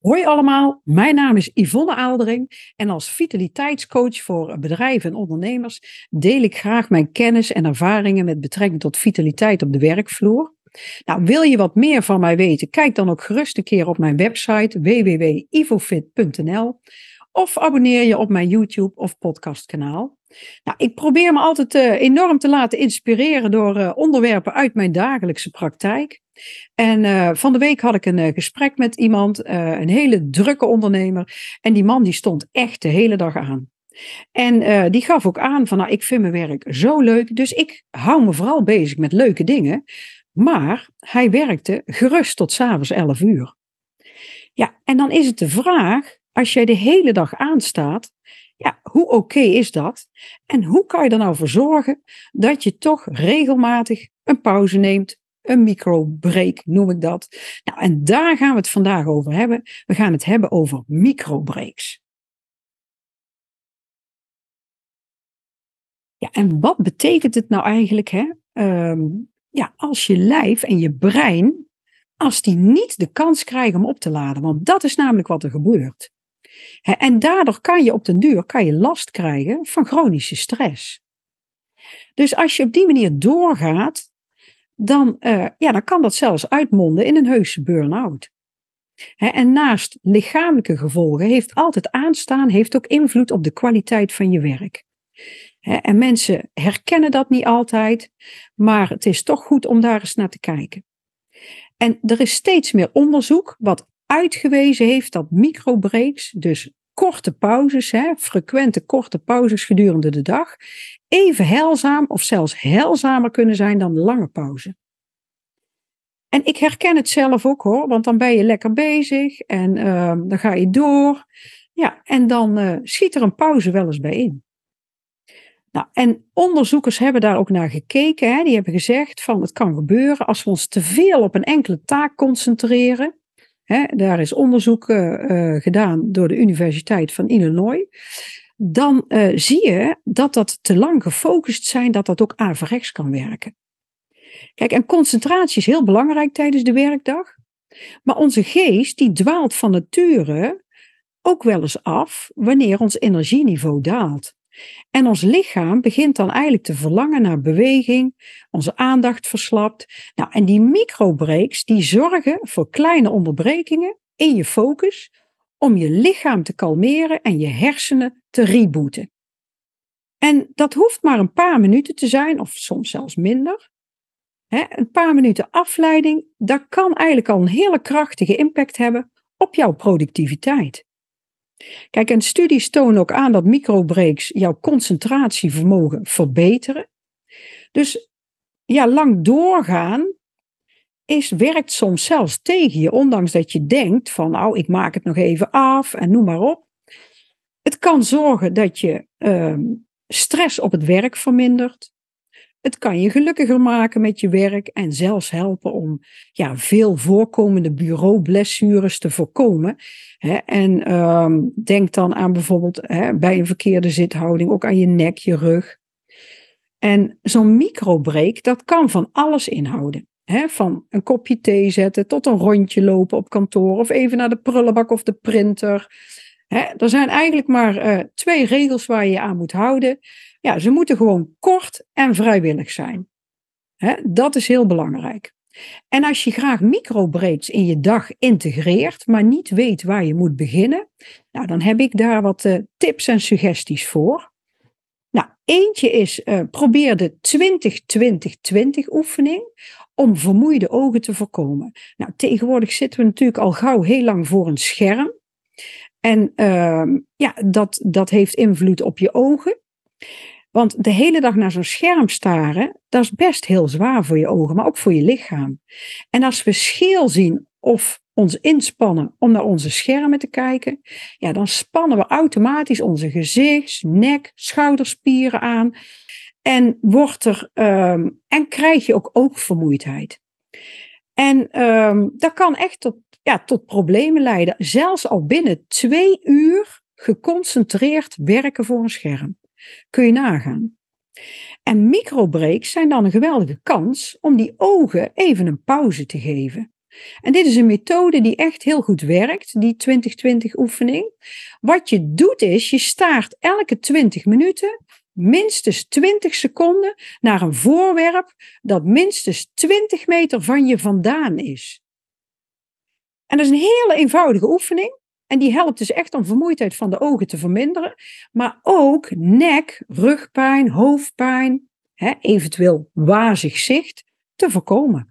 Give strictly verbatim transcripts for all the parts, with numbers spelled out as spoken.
Hoi allemaal, mijn naam is Yvonne Aaldering en als vitaliteitscoach voor bedrijven en ondernemers deel ik graag mijn kennis en ervaringen met betrekking tot vitaliteit op de werkvloer. Nou, wil je wat meer van mij weten? Kijk dan ook gerust een keer op mijn website w w w punt ivofit punt n l of abonneer je op mijn YouTube of podcastkanaal. Nou, ik probeer me altijd uh, enorm te laten inspireren door uh, onderwerpen uit mijn dagelijkse praktijk. En uh, van de week had ik een uh, gesprek met iemand, uh, een hele drukke ondernemer. En die man die stond echt de hele dag aan. En uh, die gaf ook aan van, nou, ik vind mijn werk zo leuk, dus ik hou me vooral bezig met leuke dingen. Maar hij werkte gerust tot 's avonds elf uur. Ja, en dan is het de vraag, als jij de hele dag aanstaat, ja, hoe oké is dat? En hoe kan je er nou voor zorgen dat je toch regelmatig een pauze neemt? Een microbreak noem ik dat. Nou, en daar gaan we het vandaag over hebben. We gaan het hebben over microbreaks. Ja, en wat betekent het nou eigenlijk, hè? Um, ja, als je lijf en je brein, als die niet de kans krijgen om op te laden, want dat is namelijk wat er gebeurt. Hè, en daardoor kan je op den duur kan je last krijgen van chronische stress. Dus als je op die manier doorgaat, dan, uh, ja, dan kan dat zelfs uitmonden in een heuse burn-out. Hè, en naast lichamelijke gevolgen heeft altijd aanstaan heeft ook invloed op de kwaliteit van je werk. Hè, en mensen herkennen dat niet altijd, maar het is toch goed om daar eens naar te kijken. En er is steeds meer onderzoek wat uitgewezen heeft dat microbreaks, dus korte pauzes, hè, frequente korte pauzes gedurende de dag, even heilzaam of zelfs heilzamer kunnen zijn dan de lange pauze. En ik herken het zelf ook hoor, want dan ben je lekker bezig en uh, dan ga je door. Ja, en dan uh, schiet er een pauze wel eens bij in. Nou, en onderzoekers hebben daar ook naar gekeken. Hè, die hebben gezegd van het kan gebeuren als we ons te veel op een enkele taak concentreren. Hè, daar is onderzoek uh, gedaan door de Universiteit van Illinois. Dan uh, zie je dat dat te lang gefocust zijn, dat dat ook averechts kan werken. Kijk, en concentratie is heel belangrijk tijdens de werkdag. Maar onze geest die dwaalt van nature ook wel eens af wanneer ons energieniveau daalt. En ons lichaam begint dan eigenlijk te verlangen naar beweging, onze aandacht verslapt. Nou, en die microbreaks die zorgen voor kleine onderbrekingen in je focus om je lichaam te kalmeren en je hersenen te rebooten. En dat hoeft maar een paar minuten te zijn, of soms zelfs minder. He, een paar minuten afleiding, dat kan eigenlijk al een hele krachtige impact hebben op jouw productiviteit. Kijk, en studies tonen ook aan dat microbreaks jouw concentratievermogen verbeteren. Dus ja, lang doorgaan is, werkt soms zelfs tegen je, ondanks dat je denkt van nou, ik maak het nog even af en noem maar op. Het kan zorgen dat je uh, stress op het werk vermindert. Het kan je gelukkiger maken met je werk en zelfs helpen om ja, veel voorkomende bureaublessures te voorkomen. He, en um, denk dan aan bijvoorbeeld he, bij een verkeerde zithouding ook aan je nek, je rug. En zo'n microbreak, dat kan van alles inhouden. He, van een kopje thee zetten tot een rondje lopen op kantoor of even naar de prullenbak of de printer. He, er zijn eigenlijk maar uh, twee regels waar je je aan moet houden. Ja, ze moeten gewoon kort en vrijwillig zijn. He, dat is heel belangrijk. En als je graag microbreaks in je dag integreert, maar niet weet waar je moet beginnen, nou, dan heb ik daar wat uh, tips en suggesties voor. Nou, eentje is, uh, probeer de twintig twintig twintig oefening om vermoeide ogen te voorkomen. Nou, tegenwoordig zitten we natuurlijk al gauw heel lang voor een scherm. En uh, ja, dat, dat heeft invloed op je ogen. Want de hele dag naar zo'n scherm staren, dat is best heel zwaar voor je ogen, maar ook voor je lichaam. En als we scheel zien of ons inspannen om naar onze schermen te kijken, ja, dan spannen we automatisch onze gezichts-, nek-, schouderspieren aan. En, wordt er, um, en krijg je ook oogvermoeidheid. En um, dat kan echt tot, ja, tot problemen leiden. Zelfs al binnen twee uur geconcentreerd werken voor een scherm. Kun je nagaan. En microbreaks zijn dan een geweldige kans om die ogen even een pauze te geven. En dit is een methode die echt heel goed werkt, die twintig twintig oefening. Wat je doet is, je staart elke twintig minuten minstens twintig seconden naar een voorwerp dat minstens twintig meter van je vandaan is. En dat is een hele eenvoudige oefening. En die helpt dus echt om vermoeidheid van de ogen te verminderen. Maar ook nek, rugpijn, hoofdpijn, hè, eventueel wazig zicht te voorkomen.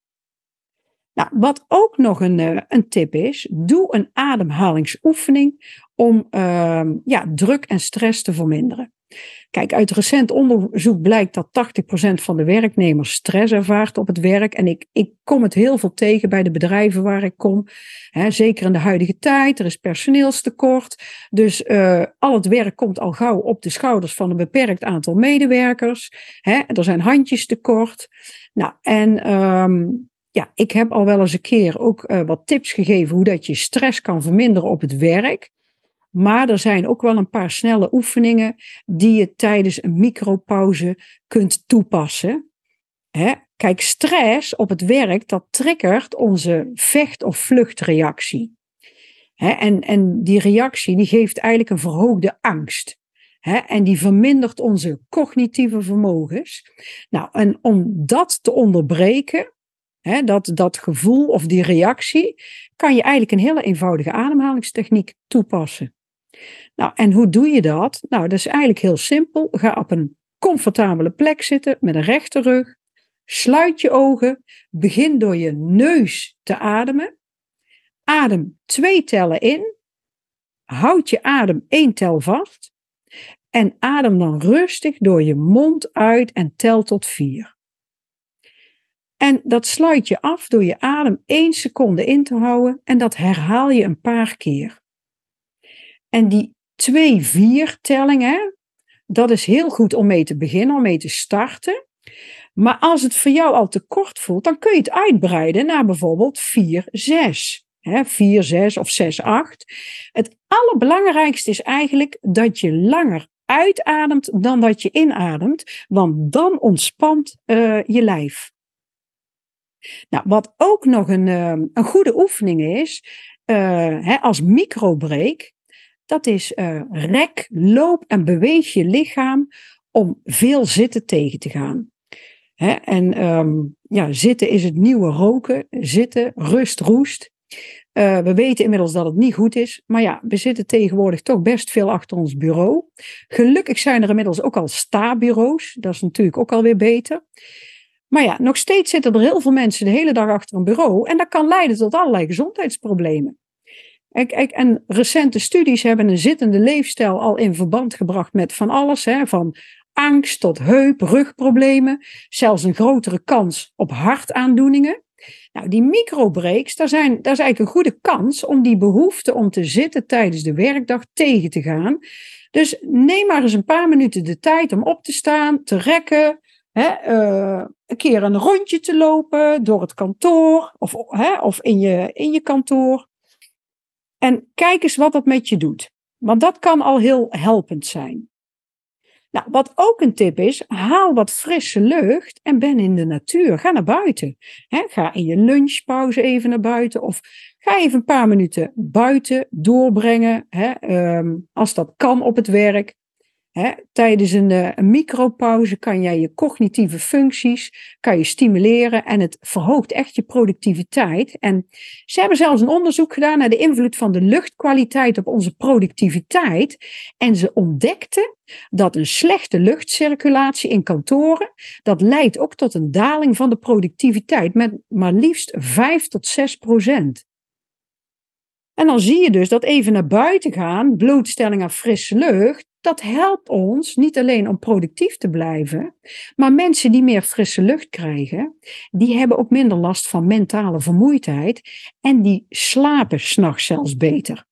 Nou, wat ook nog een, uh, een tip is, doe een ademhalingsoefening om uh, ja, druk en stress te verminderen. Kijk, uit recent onderzoek blijkt dat tachtig procent van de werknemers stress ervaart op het werk. En ik, ik kom het heel veel tegen bij de bedrijven waar ik kom. Hè, zeker in de huidige tijd, er is personeelstekort. Dus uh, al het werk komt al gauw op de schouders van een beperkt aantal medewerkers. Hè, er zijn handjes tekort. Nou, en um, ja, ik heb al wel eens een keer ook uh, wat tips gegeven hoe dat je stress kan verminderen op het werk. Maar er zijn ook wel een paar snelle oefeningen die je tijdens een micropauze kunt toepassen. Hè? Kijk, stress op het werk, dat triggert onze vecht- of vluchtreactie. Hè? En, en die reactie die geeft eigenlijk een verhoogde angst. Hè? En die vermindert onze cognitieve vermogens. Nou, en om dat te onderbreken, hè, dat, dat gevoel of die reactie, kan je eigenlijk een hele eenvoudige ademhalingstechniek toepassen. Nou, en hoe doe je dat? Nou, dat is eigenlijk heel simpel. Ga op een comfortabele plek zitten met een rechte rug. Sluit je ogen. Begin door je neus te ademen. Adem twee tellen in. Houd je adem één tel vast. En adem dan rustig door je mond uit en tel tot vier. En dat sluit je af door je adem één seconde in te houden. En dat herhaal je een paar keer. En die twee vier tellingen, dat is heel goed om mee te beginnen, om mee te starten. Maar als het voor jou al te kort voelt, dan kun je het uitbreiden naar bijvoorbeeld vier zes. vier zes of zes acht. Het allerbelangrijkste is eigenlijk dat je langer uitademt dan dat je inademt, want dan ontspant uh, je lijf. Nou, wat ook nog een, uh, een goede oefening is, uh, hè, als microbreak, dat is uh, rek, loop en beweeg je lichaam om veel zitten tegen te gaan. Hè? En um, ja, zitten is het nieuwe roken. Zitten, rust, roest. Uh, we weten inmiddels dat het niet goed is. Maar ja, we zitten tegenwoordig toch best veel achter ons bureau. Gelukkig zijn er inmiddels ook al sta-bureaus. Dat is natuurlijk ook alweer beter. Maar ja, nog steeds zitten er heel veel mensen de hele dag achter een bureau. En dat kan leiden tot allerlei gezondheidsproblemen. En recente studies hebben een zittende leefstijl al in verband gebracht met van alles. Hè, van angst tot heup, rugproblemen. Zelfs een grotere kans op hartaandoeningen. Nou, die microbreaks, daar, zijn, daar is eigenlijk een goede kans om die behoefte om te zitten tijdens de werkdag tegen te gaan. Dus neem maar eens een paar minuten de tijd om op te staan, te rekken. Hè, uh, een keer een rondje te lopen door het kantoor of, hè, of in, je, in je kantoor. En kijk eens wat dat met je doet. Want dat kan al heel helpend zijn. Nou, wat ook een tip is, haal wat frisse lucht en ben in de natuur. Ga naar buiten. He, ga in je lunchpauze even naar buiten of ga even een paar minuten buiten doorbrengen. He, um, als dat kan op het werk. He, tijdens een, uh, een micropauze kan jij je cognitieve functies kan je stimuleren en het verhoogt echt je productiviteit. En ze hebben zelfs een onderzoek gedaan naar de invloed van de luchtkwaliteit op onze productiviteit. En ze ontdekten dat een slechte luchtcirculatie in kantoren, dat leidt ook tot een daling van de productiviteit met maar liefst vijf tot zes procent. En dan zie je dus dat even naar buiten gaan, blootstelling aan frisse lucht, dat helpt ons niet alleen om productief te blijven, maar mensen die meer frisse lucht krijgen, die hebben ook minder last van mentale vermoeidheid en die slapen 's nachts zelfs beter.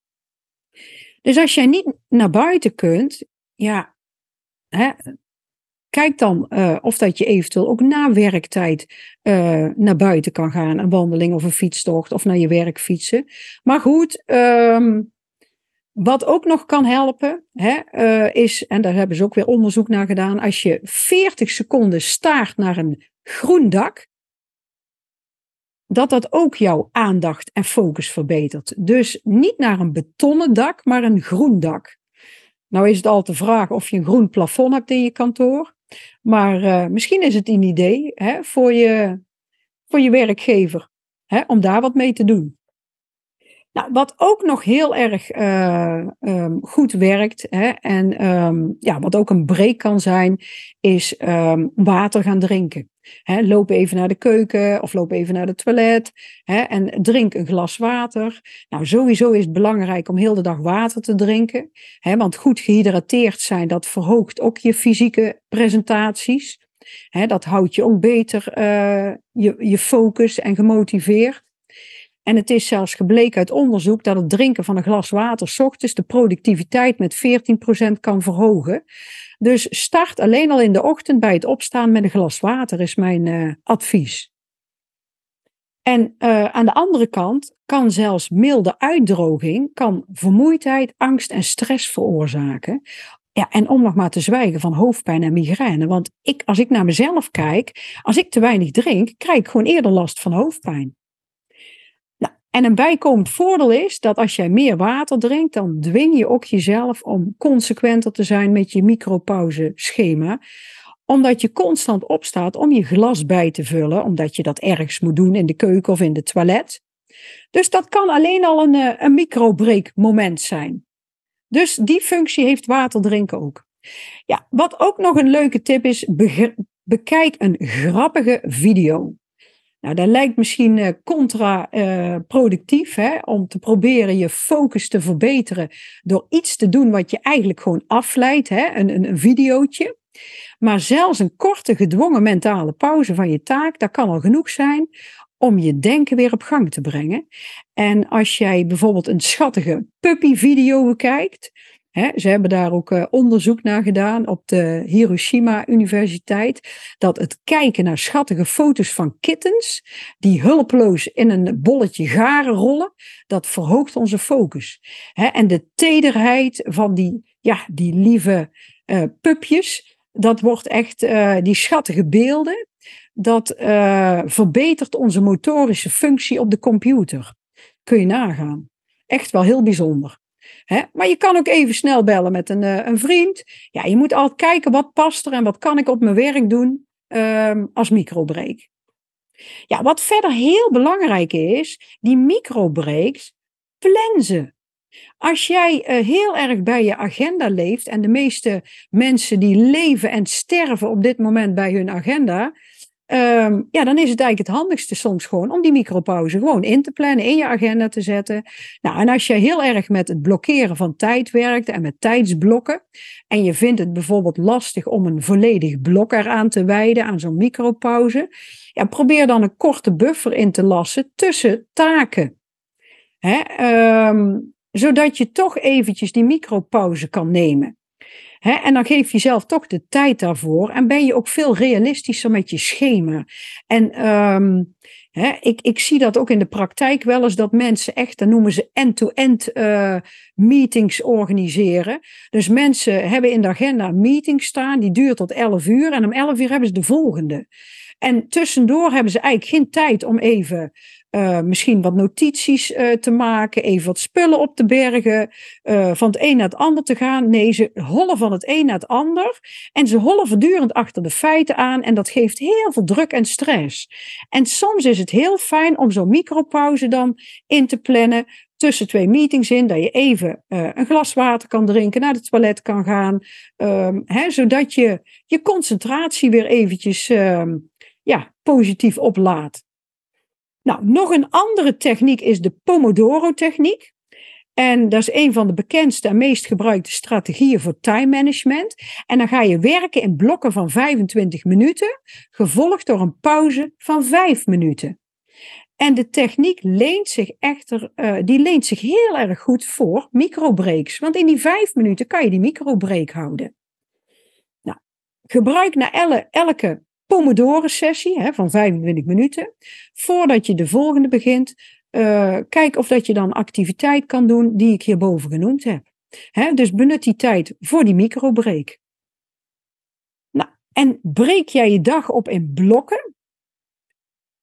Dus als jij niet naar buiten kunt, ja, hè, kijk dan uh, of dat je eventueel ook na werktijd uh, naar buiten kan gaan, een wandeling of een fietstocht of naar je werk fietsen. Maar goed, um, wat ook nog kan helpen, hè, uh, is, en daar hebben ze ook weer onderzoek naar gedaan, als je veertig seconden staart naar een groen dak, dat dat ook jouw aandacht en focus verbetert. Dus niet naar een betonnen dak, maar een groen dak. Nou is het al te vragen of je een groen plafond hebt in je kantoor. Maar uh, misschien is het een idee, hè, voor, je, voor je werkgever, hè, om daar wat mee te doen. Nou, wat ook nog heel erg uh, um, goed werkt, hè, en um, ja, wat ook een break kan zijn, is um, water gaan drinken. Hè, loop even naar de keuken of loop even naar het toilet, hè, en drink een glas water. Nou, sowieso is het belangrijk om heel de dag water te drinken. Hè, want goed gehydrateerd zijn, dat verhoogt ook je fysieke presentaties. Hè, dat houdt je ook beter uh, je, je focus en gemotiveerd. En het is zelfs gebleken uit onderzoek dat het drinken van een glas water 's ochtends de productiviteit met veertien procent kan verhogen. Dus start alleen al in de ochtend bij het opstaan met een glas water, is mijn uh, advies. En uh, aan de andere kant kan zelfs milde uitdroging kan vermoeidheid, angst en stress veroorzaken. Ja, en om nog maar te zwijgen van hoofdpijn en migraine. Want ik, als ik naar mezelf kijk, als ik te weinig drink, krijg ik gewoon eerder last van hoofdpijn. En een bijkomend voordeel is dat als jij meer water drinkt, dan dwing je ook jezelf om consequenter te zijn met je micropauzeschema. Omdat je constant opstaat om je glas bij te vullen, omdat je dat ergens moet doen in de keuken of in de toilet. Dus dat kan alleen al een, een microbreak moment zijn. Dus die functie heeft water drinken ook. Ja, wat ook nog een leuke tip is, be- bekijk een grappige video. Nou, dat lijkt misschien uh, contra-productief, uh, om te proberen je focus te verbeteren door iets te doen wat je eigenlijk gewoon afleidt, hè, een, een, een videootje. Maar zelfs een korte gedwongen mentale pauze van je taak, dat kan al genoeg zijn om je denken weer op gang te brengen. En als jij bijvoorbeeld een schattige puppy-video bekijkt, He, ze hebben daar ook uh, onderzoek naar gedaan op de Hiroshima Universiteit, dat het kijken naar schattige foto's van kittens die hulpeloos in een bolletje garen rollen, dat verhoogt onze focus. He, en de tederheid van die, ja, die lieve uh, pupjes, dat wordt echt, uh, die schattige beelden, dat uh, verbetert onze motorische functie op de computer. Kun je nagaan. Echt wel heel bijzonder. He, maar je kan ook even snel bellen met een, uh, een vriend. Ja, je moet altijd kijken wat past er en wat kan ik op mijn werk doen um, als microbreak. Ja, wat verder heel belangrijk is, die microbreaks, plan ze. Als jij uh, heel erg bij je agenda leeft, en de meeste mensen die leven en sterven op dit moment bij hun agenda, Um, ja, dan is het eigenlijk het handigste soms gewoon om die micropauze gewoon in te plannen, in je agenda te zetten. Nou, en als je heel erg met het blokkeren van tijd werkt en met tijdsblokken, en je vindt het bijvoorbeeld lastig om een volledig blok eraan te wijden aan zo'n micropauze, ja, probeer dan een korte buffer in te lassen tussen taken. Hè, um, zodat je toch eventjes die micropauze kan nemen. He, en dan geef je jezelf toch de tijd daarvoor en ben je ook veel realistischer met je schema. En um, he, ik, ik zie dat ook in de praktijk wel eens, dat mensen echt, dat noemen ze end-to-end uh, meetings organiseren. Dus mensen hebben in de agenda een meeting staan, die duurt tot elf uur en om elf uur hebben ze de volgende. En tussendoor hebben ze eigenlijk geen tijd om even uh, misschien wat notities uh, te maken, even wat spullen op te bergen, uh, van het een naar het ander te gaan. Nee, ze hollen van het een naar het ander en ze hollen voortdurend achter de feiten aan en dat geeft heel veel druk en stress. En soms is het heel fijn om zo'n micropauze dan in te plannen tussen twee meetings in, dat je even uh, een glas water kan drinken, naar het toilet kan gaan, um, hè, zodat je je concentratie weer eventjes um, ja, positief oplaadt. Nou, nog een andere techniek is de Pomodoro-techniek. En dat is een van de bekendste en meest gebruikte strategieën voor time management. En dan ga je werken in blokken van vijfentwintig minuten, gevolgd door een pauze van vijf minuten. En de techniek leent zich echter, uh, die leent zich heel erg goed voor microbreaks. Want in die vijf minuten kan je die microbreak houden. Nou, gebruik na elle, elke Pomodoro-sessie hè, van vijfentwintig minuten, voordat je de volgende begint, uh, kijk of dat je dan activiteit kan doen die ik hierboven genoemd heb. Hè, dus benut die tijd voor die microbreak. Nou, en breek jij je dag op in blokken,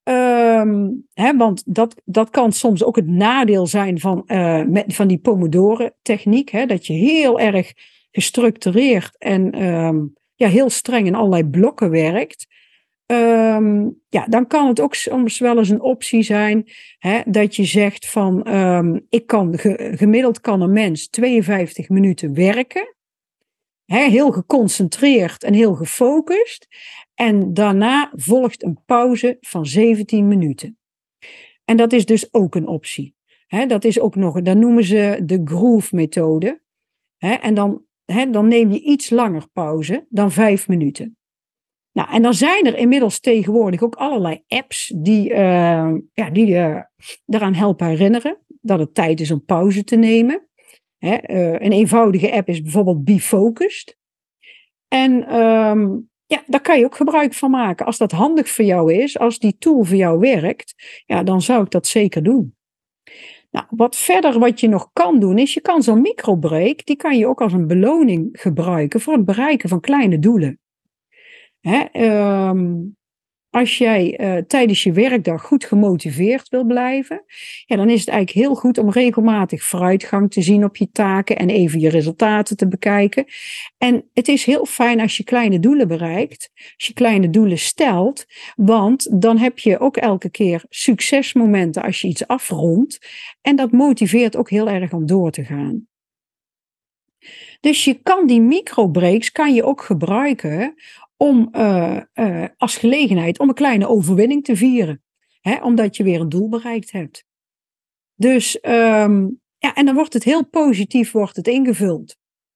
Um, hè, want dat, dat kan soms ook het nadeel zijn van, uh, met, van die Pomodoro-techniek. Hè, dat je heel erg gestructureerd en um, ja, heel streng in allerlei blokken werkt. Um, ja, dan kan het ook soms wel eens een optie zijn, hè, dat je zegt van um, ik kan ge, gemiddeld kan een mens tweeënvijftig minuten werken. Hè, heel geconcentreerd en heel gefocust. En daarna volgt een pauze van zeventien minuten. En dat is dus ook een optie. Hè, dat is ook nog, dat noemen ze de groove-methode. Hè, en dan, hè, dan neem je iets langer pauze dan vijf minuten. Nou, en dan zijn er inmiddels tegenwoordig ook allerlei apps die, uh, ja, die uh, eraan helpen herinneren dat het tijd is om pauze te nemen. Hè, uh, een eenvoudige app is bijvoorbeeld Be Focused. En um, ja, daar kan je ook gebruik van maken. Als dat handig voor jou is, als die tool voor jou werkt, ja, dan zou ik dat zeker doen. Nou, wat verder wat je nog kan doen, is je kan zo'n microbreak, die kan je ook als een beloning gebruiken voor het bereiken van kleine doelen. Hè, um, als jij uh, tijdens je werkdag goed gemotiveerd wil blijven, ja, dan is het eigenlijk heel goed om regelmatig vooruitgang te zien op je taken en even je resultaten te bekijken. En het is heel fijn als je kleine doelen bereikt, als je kleine doelen stelt, want dan heb je ook elke keer succesmomenten als je iets afrondt en dat motiveert ook heel erg om door te gaan. Dus je kan die microbreaks kan je ook gebruiken om uh, uh, als gelegenheid om een kleine overwinning te vieren. Hè, omdat je weer een doel bereikt hebt. Dus, um, ja, en dan wordt het heel positief wordt het ingevuld.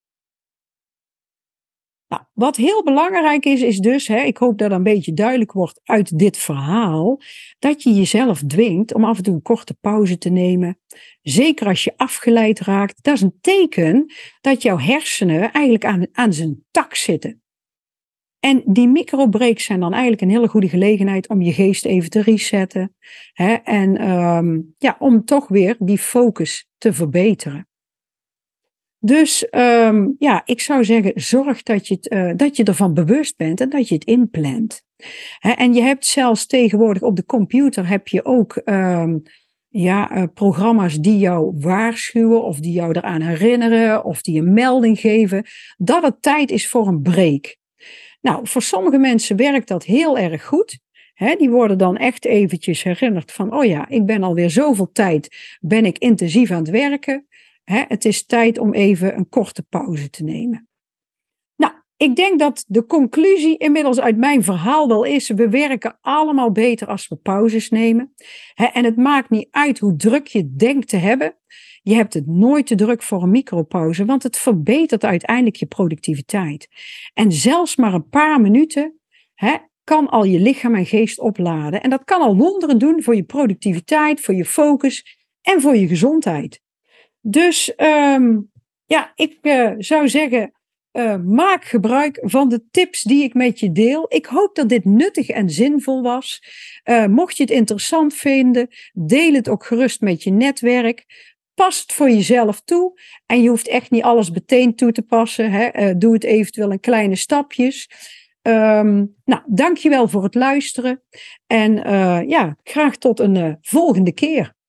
Nou, wat heel belangrijk is, is dus, hè, ik hoop dat dat een beetje duidelijk wordt uit dit verhaal, dat je jezelf dwingt om af en toe een korte pauze te nemen. Zeker als je afgeleid raakt. Dat is een teken dat jouw hersenen eigenlijk aan, aan zijn tak zitten. En die microbreaks zijn dan eigenlijk een hele goede gelegenheid om je geest even te resetten. Hè, en um, ja, om toch weer die focus te verbeteren. Dus um, ja, ik zou zeggen, zorg dat je, het, uh, dat je ervan bewust bent en dat je het inplant. Hè, en je hebt zelfs tegenwoordig op de computer heb je ook um, ja, uh, programma's die jou waarschuwen of die jou eraan herinneren of die een melding geven dat het tijd is voor een break. Nou, voor sommige mensen werkt dat heel erg goed. He, die worden dan echt eventjes herinnerd van, oh ja, ik ben alweer zoveel tijd, ben ik intensief aan het werken. He, het is tijd om even een korte pauze te nemen. Nou, ik denk dat de conclusie inmiddels uit mijn verhaal wel is, we werken allemaal beter als we pauzes nemen. He, en het maakt niet uit hoe druk je denkt te hebben. Je hebt het nooit te druk voor een micropauze, want het verbetert uiteindelijk je productiviteit. En zelfs maar een paar minuten hè, kan al je lichaam en geest opladen. En dat kan al wonderen doen voor je productiviteit, voor je focus en voor je gezondheid. Dus um, ja, ik uh, zou zeggen, uh, maak gebruik van de tips die ik met je deel. Ik hoop dat dit nuttig en zinvol was. Uh, mocht je het interessant vinden, deel het ook gerust met je netwerk. Pas het voor jezelf toe en je hoeft echt niet alles meteen toe te passen. Hè. Uh, doe het eventueel in kleine stapjes. Um, nou, dankjewel voor het luisteren en uh, ja, graag tot een uh, volgende keer.